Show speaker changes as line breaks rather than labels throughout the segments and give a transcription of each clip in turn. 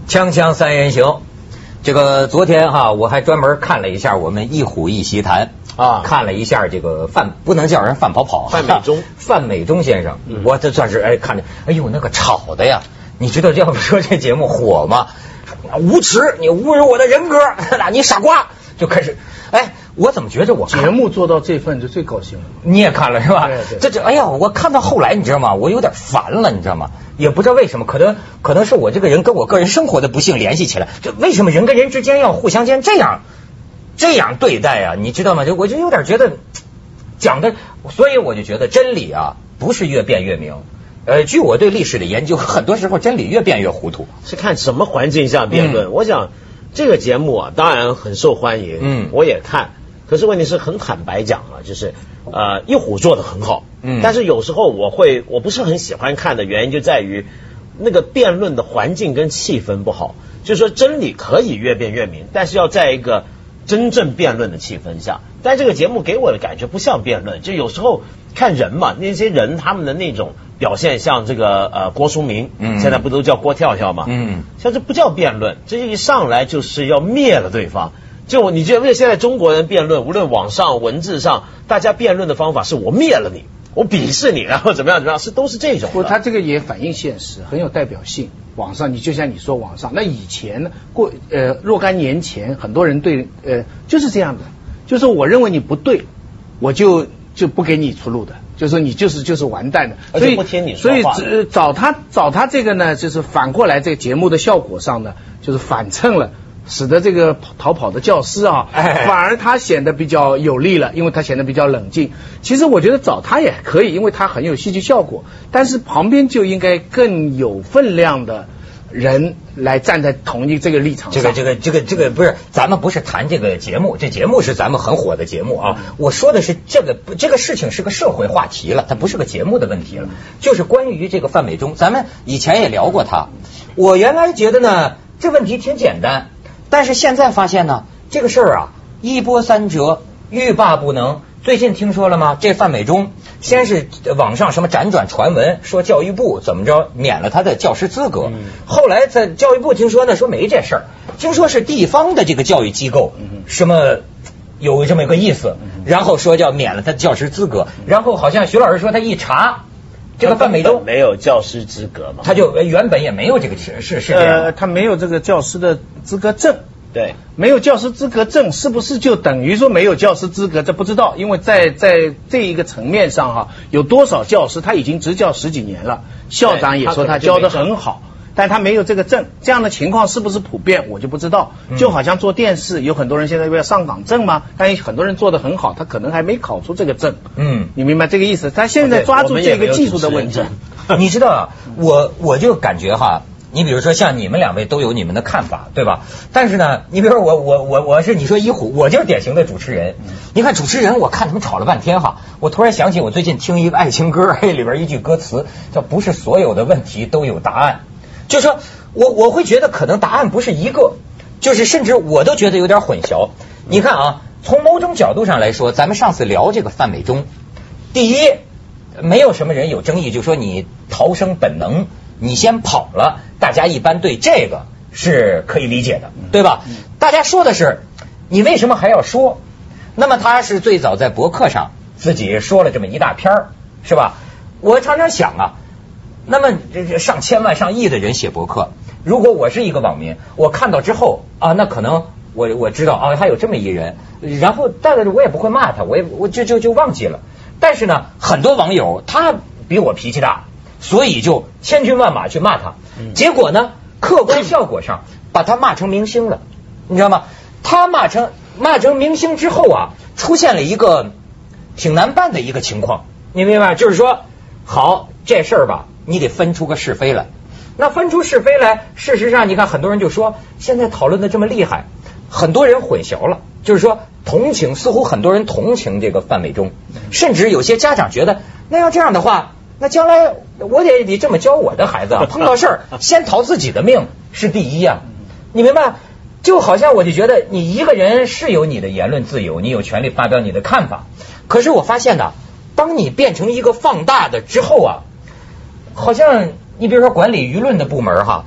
锵锵三人行，这个昨天哈，我还专门看了一下我们一虎一席谈啊，看了一下这个不能叫人范跑跑，范美忠先生，我这算是看着，哎呦那个吵的呀，你知道要不说这节目火吗？无耻，你侮辱我的人格，你傻瓜，就开始，我怎么觉得我
节目做到这份就最高兴了？
你也看了是吧？
对，
哎呀，我看到后来你知道吗？我有点烦了，你知道吗？也不知道为什么，可能是我这个人跟我个人生活的不幸联系起来。就为什么人跟人之间要互相间这样对待啊？你知道吗？我就有点觉得讲的，所以我就觉得真理啊不是越辩越明。据我对历史的研究，很多时候真理越辩越糊涂。
是看什么环境下辩论。我想这个节目啊，当然很受欢迎，我也看。可是问题是很坦白讲啊，就是一虎做得很好，但是有时候我不是很喜欢看的原因就在于那个辩论的环境跟气氛不好。就是说真理可以越辩越明，但是要在一个真正辩论的气氛下。但这个节目给我的感觉不像辩论，就有时候看人嘛，那些人他们的那种表现，像这个郭书明，现在不都叫郭跳跳嘛，像这不叫辩论，这一上来就是要灭了对方。就你觉得现在中国人辩论，无论网上文字上，大家辩论的方法是我灭了你，我鄙视你，然后怎么样，都是这种的。
他这个也反映现实，很有代表性。网上你就像你说网上，那以前呢若干年前，很多人对就是这样的，就是我认为你不对，我就不给你出路的，就是你就是完蛋的，
而且不听你说话。
所以找他这个呢，就是反过来这个节目的效果上呢，就是反衬了。使得这个逃跑的教师啊，反而他显得比较有力了，因为他显得比较冷静。其实我觉得找他也可以，因为他很有戏剧效果，但是旁边就应该更有分量的人来站在同一这个立场上。
这个不是，咱们不是谈这个节目，这节目是咱们很火的节目啊。我说的是这个事情是个社会话题了，它不是个节目的问题了。就是关于这个范美忠，咱们以前也聊过他。我原来觉得呢，这问题挺简单。但是现在发现呢，这个事儿啊，一波三折，欲罢不能。最近听说了吗？这范美忠先是网上什么辗转传闻，说教育部怎么着免了他的教师资格，后来在教育部听说呢，说没这事儿，听说是地方的这个教育机构什么有这么一个意思，然后说叫免了他的教师资格，然后好像徐老师说他一查。这个范美忠
没有教师资格嘛？
他就原本也没有这个是这样。
他没有这个教师的资格证。
对，
没有教师资格证，是不是就等于说没有教师资格？这不知道，因为在这一个层面上哈，有多少教师他已经执教10几年了，校长也说他教得很好。但他没有这个证，这样的情况是不是普遍我就不知道。就好像做电视，有很多人现在要上岗证嘛，但很多人做得很好，他可能还没考出这个证。你明白这个意思？他现在抓住这个技术的问题。
你知道啊，我就感觉哈，你比如说像你们两位都有你们的看法，对吧？但是呢，你比如说我是你说一虎，我就是典型的主持人。你看主持人，我看他们吵了半天哈，我突然想起我最近听一个爱情歌，里边一句歌词叫不是所有的问题都有答案。就是说我会觉得可能答案不是一个，就是甚至我都觉得有点混淆。你看啊，从某种角度上来说，咱们上次聊这个范美忠，第一没有什么人有争议，就说你逃生本能你先跑了，大家一般对这个是可以理解的，对吧？大家说的是你为什么还要说。那么他是最早在博客上自己说了这么一大篇，是吧？我常常想啊，那么上千万上亿的人写博客，如果我是一个网民，我看到之后啊，那可能我知道啊，还有这么一人，然后但是我也不会骂他，我就忘记了。但是呢，很多网友他比我脾气大，所以就千军万马去骂他，结果呢，客观效果上把他骂成明星了，你知道吗？他骂成明星之后啊，出现了一个挺难办的一个情况，你明白？就是说，好，这事儿吧，你得分出个是非来。那分出是非来，事实上你看很多人就说，现在讨论的这么厉害，很多人混淆了，就是说似乎很多人同情这个范美忠，甚至有些家长觉得，那要这样的话，那将来我得这么教我的孩子啊，碰到事儿先逃自己的命是第一啊，你明白？就好像我就觉得你一个人是有你的言论自由，你有权利发表你的看法，可是我发现呢，当你变成一个放大的之后啊，好像你比如说管理舆论的部门哈，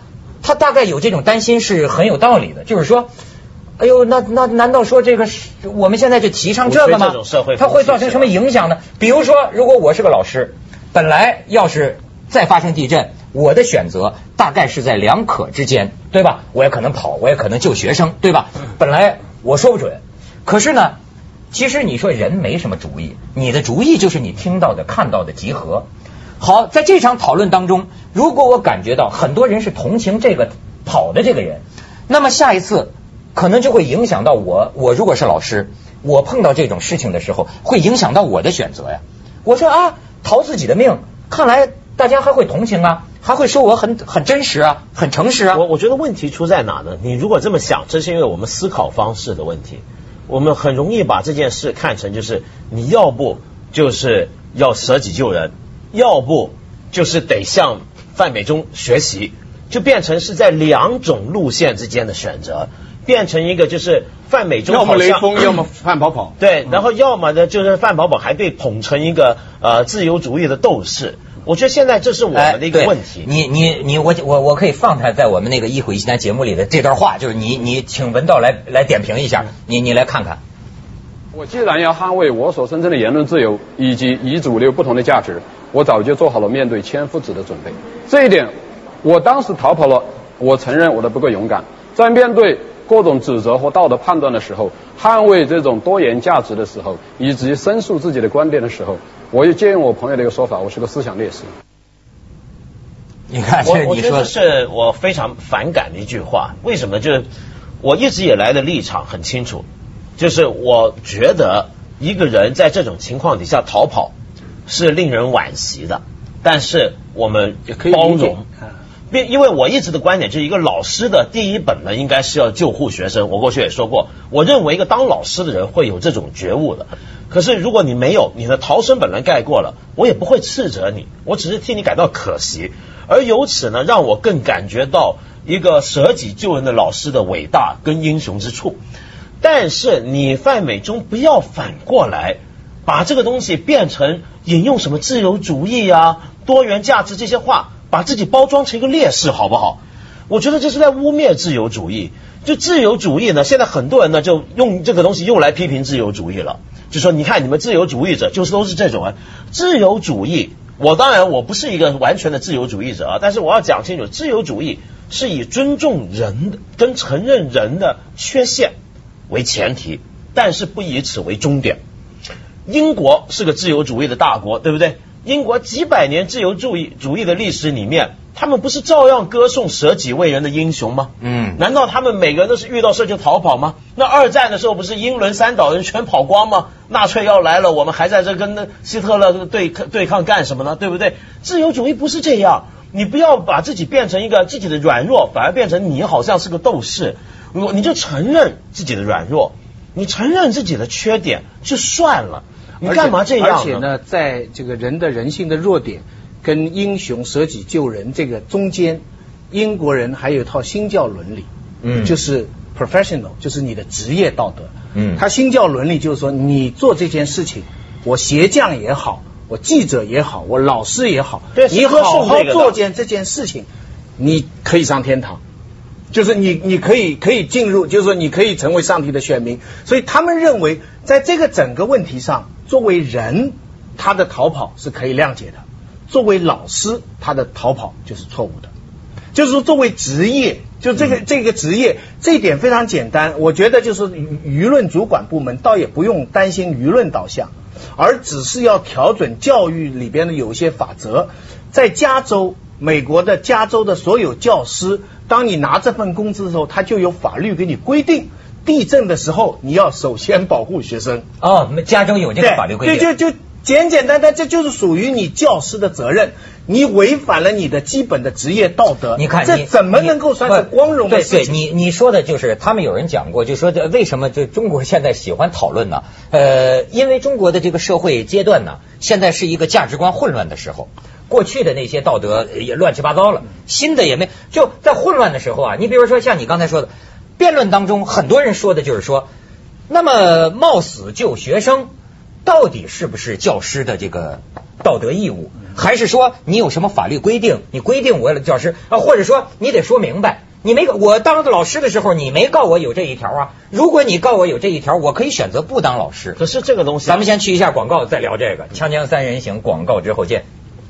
他大概有这种担心是很有道理的，就是说，哎呦，那难道说这个我们现在就提倡这个吗？它会造成什么影响呢？比如说，如果我是个老师，本来要是再发生地震，我的选择大概是在两可之间，对吧？我也可能跑，我也可能救学生，对吧？本来我说不准，可是呢，其实你说人没什么主意，你的主意就是你听到的、看到的集合。好，在这场讨论当中，如果我感觉到很多人是同情这个跑的这个人，那么下一次可能就会影响到我。我如果是老师，我碰到这种事情的时候，会影响到我的选择呀。我说啊，逃自己的命，看来大家还会同情啊，还会说我很真实啊，很诚实啊。
我觉得问题出在哪呢？你如果这么想，这是因为我们思考方式的问题。我们很容易把这件事看成就是你要不就是要舍己救人，要不就是得向范美忠学习，就变成是在两种路线之间的选择，变成一个就是范美忠
要么雷锋，要么范跑跑。
对，然后要么呢就是范跑跑还被捧成一个自由主义的斗士。我觉得现在这是我们的一个问题。
我可以放他在我们那个一虎一席谈节目里的这段话，就是你请文道来点评一下，你来看看。
我既然要捍卫我所声称的言论自由以及与主流不同的价值，我早就做好了面对千夫指的准备。这一点，我当时逃跑了，我承认我的不够勇敢。在面对各种指责和道德判断的时候，捍卫这种多元价值的时候，以及申诉自己的观点的时候，我也借用我朋友的一个说法，我是个思想烈士。
你看，
我觉得这是我非常反感的一句话。为什么？就是我一直以来的立场很清楚，就是我觉得一个人在这种情况底下逃跑是令人惋惜的，但是我们包容。因为我一直的观点就是一个老师的第一本呢，应该是要救护学生。我过去也说过，我认为一个当老师的人会有这种觉悟的。可是如果你没有，你的逃生本能盖过了，我也不会斥责你，我只是替你感到可惜。而由此呢，让我更感觉到一个舍己救人的老师的伟大跟英雄之处。但是你范美忠不要反过来把这个东西变成引用什么自由主义啊、多元价值这些话，把自己包装成一个烈士，好不好？我觉得这是在污蔑自由主义。就自由主义呢，现在很多人呢就用这个东西用来批评自由主义了，就说你看你们自由主义者就是都是这种自由主义。当然我不是一个完全的自由主义者啊，但是我要讲清楚，自由主义是以尊重人跟承认人的缺陷为前提，但是不以此为终点。英国是个自由主义的大国，对不对？英国几百年自由主义的历史里面，他们不是照样歌颂舍己为人的英雄吗？难道他们每个人都是遇到事就逃跑吗？那二战的时候不是英伦三岛人全跑光吗？纳粹要来了，我们还在这跟希特勒对抗干什么呢？对不对？自由主义不是这样，你不要把自己变成一个自己的软弱，反而变成你好像是个斗士。你就承认自己的软弱，你承认自己的缺点就算了。你干嘛这样呢？
而且呢，在这个人性的弱点跟英雄舍己救人这个中间，英国人还有一套新教伦理，就是 professional， 就是你的职业道德。他新教伦理就是说，你做这件事情，我鞋匠也好，我记者也好，我老师也好，你好好做这件事情，你可以上天堂。就是你可以进入，就是说你可以成为上帝的选民。所以他们认为，在这个整个问题上，作为人，他的逃跑是可以谅解的；作为老师，他的逃跑就是错误的。就是说，作为职业，就这个职业，这一点非常简单。我觉得就是舆论主管部门倒也不用担心舆论导向，而只是要调整教育里边的有一些法则。在加州，美国的加州的所有教师，当你拿这份工资的时候，他就有法律给你规定，地震的时候你要首先保护学生。
加州有这个法律规定。
对，就简简单单，这就是属于你教师的责任。你违反了你的基本的职业道德，
你看
这怎么能够算是光荣的事情？
对，你说的就是他们有人讲过，就说为什么就中国现在喜欢讨论呢？因为中国的这个社会阶段呢，现在是一个价值观混乱的时候。过去的那些道德也乱七八糟了，新的也没，就在混乱的时候啊，你比如说像你刚才说的，辩论当中很多人说的就是说，那么冒死救学生， 到底是不是教师的这个道德义务，还是说你有什么法律规定，你规定我教师或者说你得说明白，你没我当老师的时候你没告我有这一条啊，如果你告我有这一条，我可以选择不当老师。
可是这个东西，
咱们先去一下广告再聊这个锵锵三人行，广告之后见。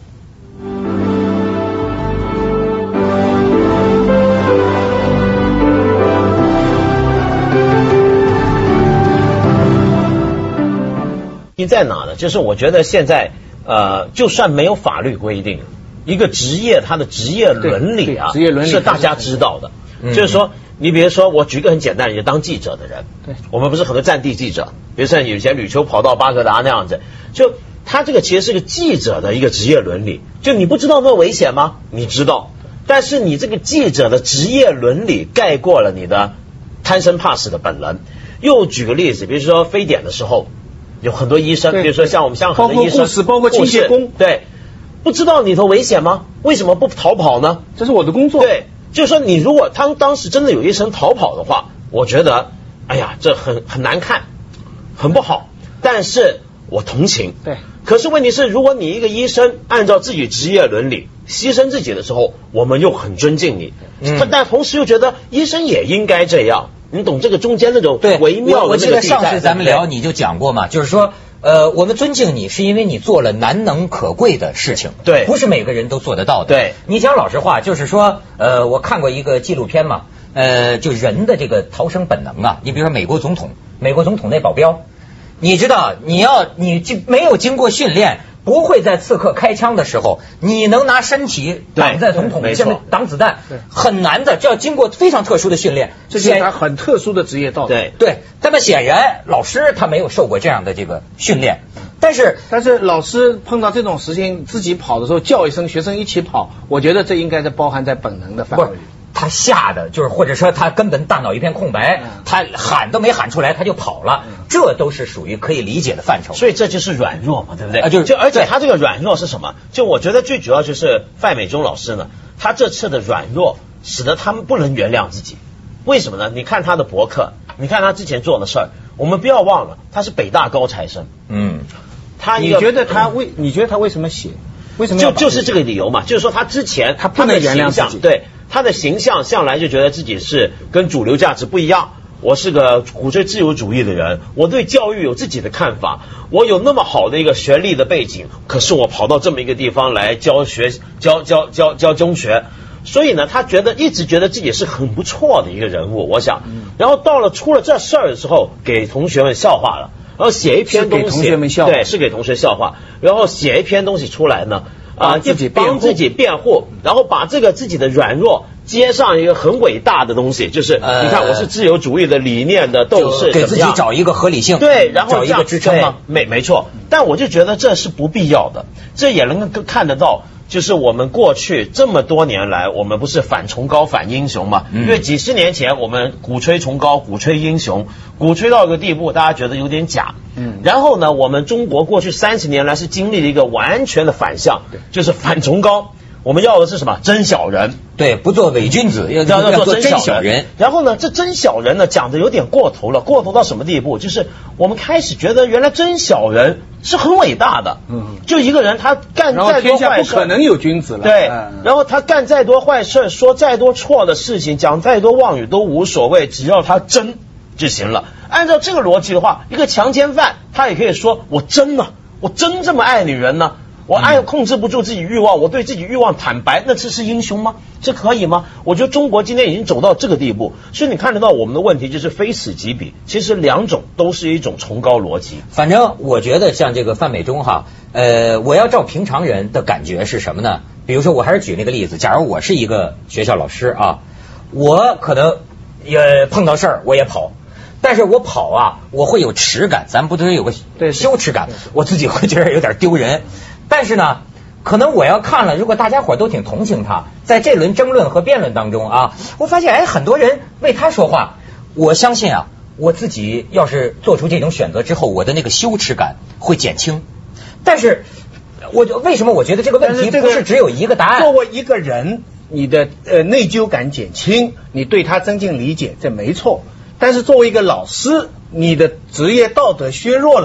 在哪呢？就是我觉得现在就算没有法律规定，一个职业它的职业伦理啊，
职业伦理
是大家知道的。就是说，你比如说，我举个很简单的，就当记者的人，
对，
我们不是很多战地记者，比如说以前吕秋跑到巴格达那样子，就他这个其实是个记者的一个职业伦理。就你不知道那危险吗？你知道，但是你这个记者的职业伦理盖过了你的贪生怕死的本能。又举个例子，比如说非典的时候。有很多医生，比如说像我们香港很多医生，
包括护士，包括清洁工，
对，不知道里头危险吗？为什么不逃跑呢？
这是我的工作。
对，就是说你如果当时真的有医生逃跑的话，我觉得，哎呀，这很难看，很不好。但是我同情。
对。
可是问题是，如果你一个医生按照自己职业伦理牺牲自己的时候，我们又很尊敬你，但同时又觉得医生也应该这样。你懂这个中间那种微妙的那个地带。我记得
上次咱们聊你就讲过嘛，就是说我们尊敬你是因为你做了难能可贵的事情，
对，
不是每个人都做得到的。
对，
你讲老实话，就是说我看过一个纪录片嘛，就人的这个逃生本能啊，你比如说美国总统那保镖，你知道你没有经过训练。不会在刺客开枪的时候，你能拿身体挡在总统下面挡子弹，很难的，这要经过非常特殊的训练，
这是他很特殊的职业道德。
对，那么显然老师他没有受过这样的这个训练，但是
老师碰到这种事情自己跑的时候叫一声，学生一起跑，我觉得这应该是包含在本能的范围里。
他吓的就是，或者说他根本大脑一片空白，他喊都没喊出来他就跑了，这都是属于可以理解的范畴。
所以这就是软弱嘛，对不对？
而
且他这个软弱是什么？就我觉得最主要就是范美忠老师呢，他这次的软弱使得他们不能原谅自己。为什么呢？你看他的博客，你看他之前做的事儿，我们不要忘了他是北大高材生。
你觉得他为什么写？为什么
就是这个理由嘛？就是说他之前
他不能原谅自己，
对。他的形象向来就觉得自己是跟主流价值不一样，我是个鼓吹自由主义的人，我对教育有自己的看法，我有那么好的一个学历的背景，可是我跑到这么一个地方来教中学，所以呢，他一直觉得自己是很不错的一个人物，我想，然后出了这事儿的时候，给同学们笑话了，然后写一篇东西，
给同学们笑话，
对，是给同学笑话，然后写一篇东西出来呢。帮自己辩护，然后把这个自己的软弱接上一个很伟大的东西，就是你看我是自由主义的理念的斗士，
给自己找一个合理性，
对，然后
找一个支撑吗？
没错，但我就觉得这是不必要的，这也能够看得到。就是我们过去这么多年来，我们不是反崇高反英雄嘛？因为几十年前我们鼓吹崇高，鼓吹英雄，鼓吹到一个地步，大家觉得有点假。然后呢，我们中国过去30年来是经历了一个完全的反向，就是反崇高。我们要的是什么？真小人。
对，不做伪君子，要做真小人。
然后呢，这真小人呢讲的有点过头了，过头到什么地步？就是我们开始觉得原来真小人是很伟大的。就一个人他干再多坏事，
不可能有君子了。
对，然后他干再多坏事，说再多错的事情，讲再多妄语都无所谓，只要他真就行了。按照这个逻辑的话，一个强奸犯他也可以说我真呢，我真这么爱女人呢。我控制不住自己欲望，我对自己欲望坦白，那这是英雄吗？这可以吗？我觉得中国今天已经走到这个地步，所以你看得到我们的问题就是非此即彼。其实两种都是一种崇高逻辑。
反正我觉得像这个范美忠哈，我要照平常人的感觉是什么呢？比如说我还是举那个例子，假如我是一个学校老师啊，我可能也碰到事儿我也跑。但是我跑啊，我会有耻感，咱不都有个羞耻感，我自己会觉得有点丢人。但是呢，可能我要看了，如果大家伙都挺同情他，在这轮争论和辩论当中啊，我发现很多人为他说话，我相信啊，我自己要是做出这种选择之后，我的那个羞耻感会减轻。但是为什么我觉得这个问题不是只有一个答案？
作为一个人，你的内疚感减轻，你对他增进理解，这没错。但是作为一个老师，你的职业道德削弱了，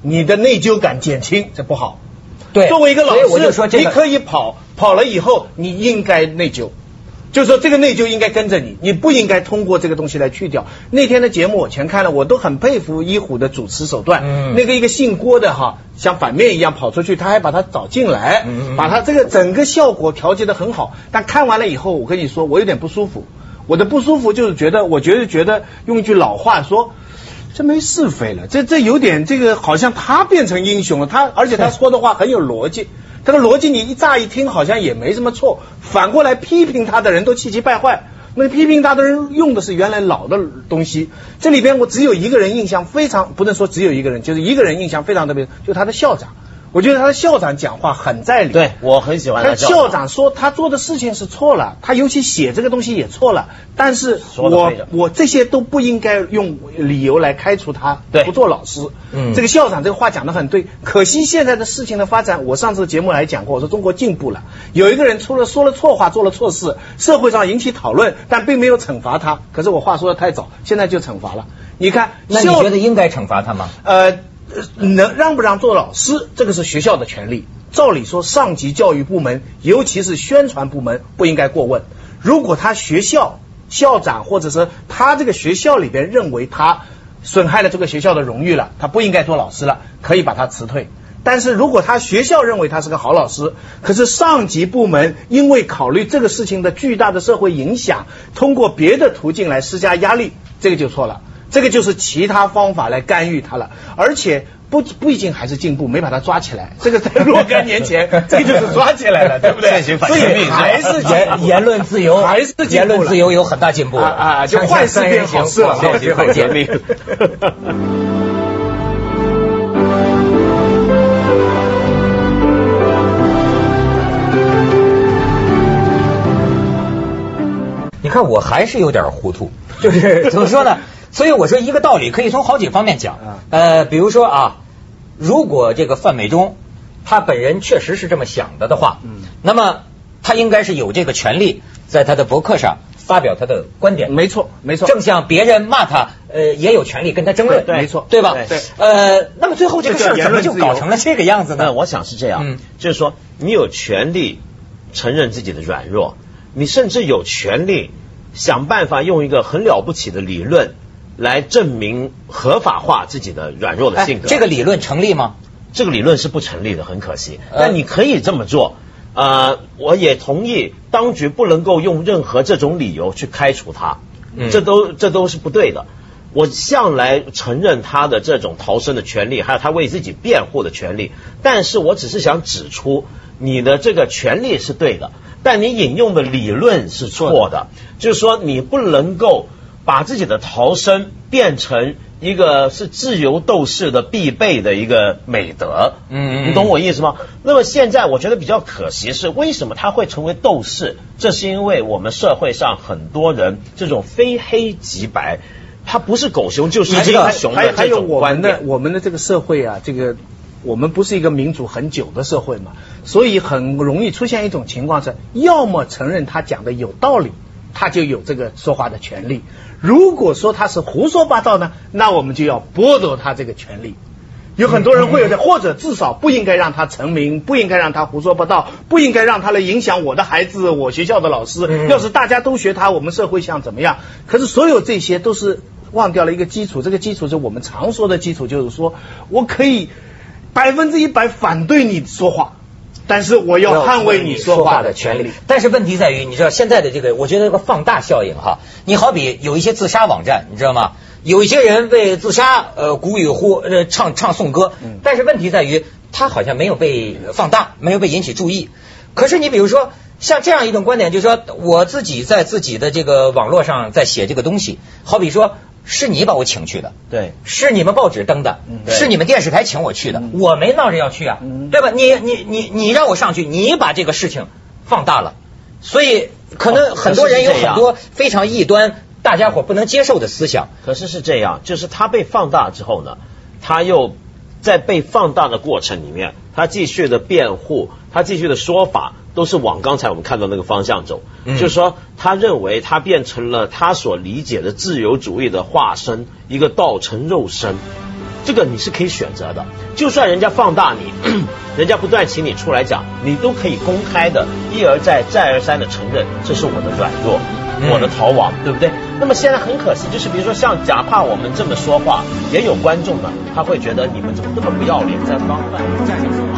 你的内疚感减轻，这不好。
对，
作为一个老师，
我就说这个，
你可以跑了以后，你应该内疚。就是说，这个内疚应该跟着你，你不应该通过这个东西来去掉。那天的节目我全看了，我都很佩服一虎的主持手段。那个一个姓郭的哈，像反面一样跑出去，他还把他找进来，把他这个整个效果调节得很好。但看完了以后，我跟你说，我有点不舒服。我的不舒服就是觉得用一句老话说，这没是非了，这有点这个好像他变成英雄了，而且他说的话很有逻辑。这个逻辑你一乍一听好像也没什么错，反过来批评他的人都气急败坏。那批评他的人用的是原来老的东西。这里边我只有一个人印象非常，不能说只有一个人，就是一个人印象非常特别，就是他的校长。我觉得他的校长讲话很在理。
对，我很喜欢他
校长说他做的事情是错了，他尤其写这个东西也错了，但是我这些都不应该用理由来开除他，不做老师。这个校长这个话讲得很对，可惜现在的事情的发展，我上次节目来讲过，我说中国进步了，有一个人说了错话，做了错事，社会上引起讨论，但并没有惩罚他。可是我话说的太早，现在就惩罚了。你看，
那你觉得应该惩罚他吗？
让不让做老师，这个是学校的权利。照理说，上级教育部门，尤其是宣传部门，不应该过问。如果他学校校长或者是他这个学校里边认为他损害了这个学校的荣誉了，他不应该做老师了，可以把他辞退。但是如果他学校认为他是个好老师，可是上级部门因为考虑这个事情的巨大的社会影响，通过别的途径来施加压力，这个就错了。这个就是其他方法来干预他了，而且不一定还是进步，没把他抓起来。这个在若干年前，这个就是抓起来了，对不对？所以还是
言论自由，还是言论自由有很大进步
就坏事变好事了，
好事很简历。你看，我还是有点糊涂，就是怎么说呢？所以我说一个道理可以从好几方面讲。比如说啊，如果这个范美忠他本人确实是这么想的话，那么他应该是有这个权利在他的博客上发表他的观点。
没错，没错。
正像别人骂他，也有权利跟他争论。
没错，
对吧？对。那么最后这个事儿怎么就搞成了这个样子呢？
我想是这样，就是说你有权利承认自己的软弱，你甚至有权利想办法用一个很了不起的理论来证明合法化自己的软弱的性格。
这个理论成立吗？
这个理论是不成立的，很可惜。但你可以这么做。我也同意，当局不能够用任何这种理由去开除他，这都是不对的。我向来承认他的这种逃生的权利，还有他为自己辩护的权利。但是我只是想指出，你的这个权利是对的，但你引用的理论是错的。就是说，你不能够把自己的逃生变成一个是自由斗士的必备的一个美德。你懂我意思吗？那么现在我觉得比较可惜是，为什么他会成为斗士？这是因为我们社会上很多人这种非黑即白，他不是狗熊就是英雄的这种观点。
我们的这个社会啊，这个我们不是一个民主很久的社会嘛，所以很容易出现一种情况是，要么承认他讲的有道理，他就有这个说话的权利。如果说他是胡说八道呢，那我们就要剥夺他这个权利。有很多人会有这，或者至少不应该让他成名，不应该让他胡说八道，不应该让他来影响我的孩子，我学校的老师。要是大家都学他，我们社会像怎么样？可是所有这些都是忘掉了一个基础，这个基础是我们常说的基础，就是说我可以100%反对你说话，但是我要捍卫你说话的权利。
但是问题在于，你知道现在的这个，我觉得这个放大效应哈，你好比有一些自杀网站，你知道吗？有一些人为自杀鼓与呼唱颂歌，但是问题在于他好像没有被放大，没有被引起注意。可是你比如说像这样一种观点，就是说我自己在自己的这个网络上在写这个东西，好比说是你把我请去的，
对，
是你们报纸登的，是你们电视台请我去的，我没闹着要去啊，对吧？你让我上去，你把这个事情放大了，所以可能很多人有很多非常异端，大家伙不能接受的思想。
可是是这样，就是他被放大之后呢，他又在被放大的过程里面，他继续的辩护，他继续的说法都是往刚才我们看到那个方向走。就是说他认为他变成了他所理解的自由主义的化身，一个道成肉身。 这个你是可以选择的，就算人家放大你，人家不断请你出来讲，你都可以公开的一而再再而三的承认这是我的软弱，我的逃亡，对不对？那么现在很可惜，就是比如说像哪怕我们这么说话，也有观众呢，他会觉得你们怎么那么不要脸，在帮办。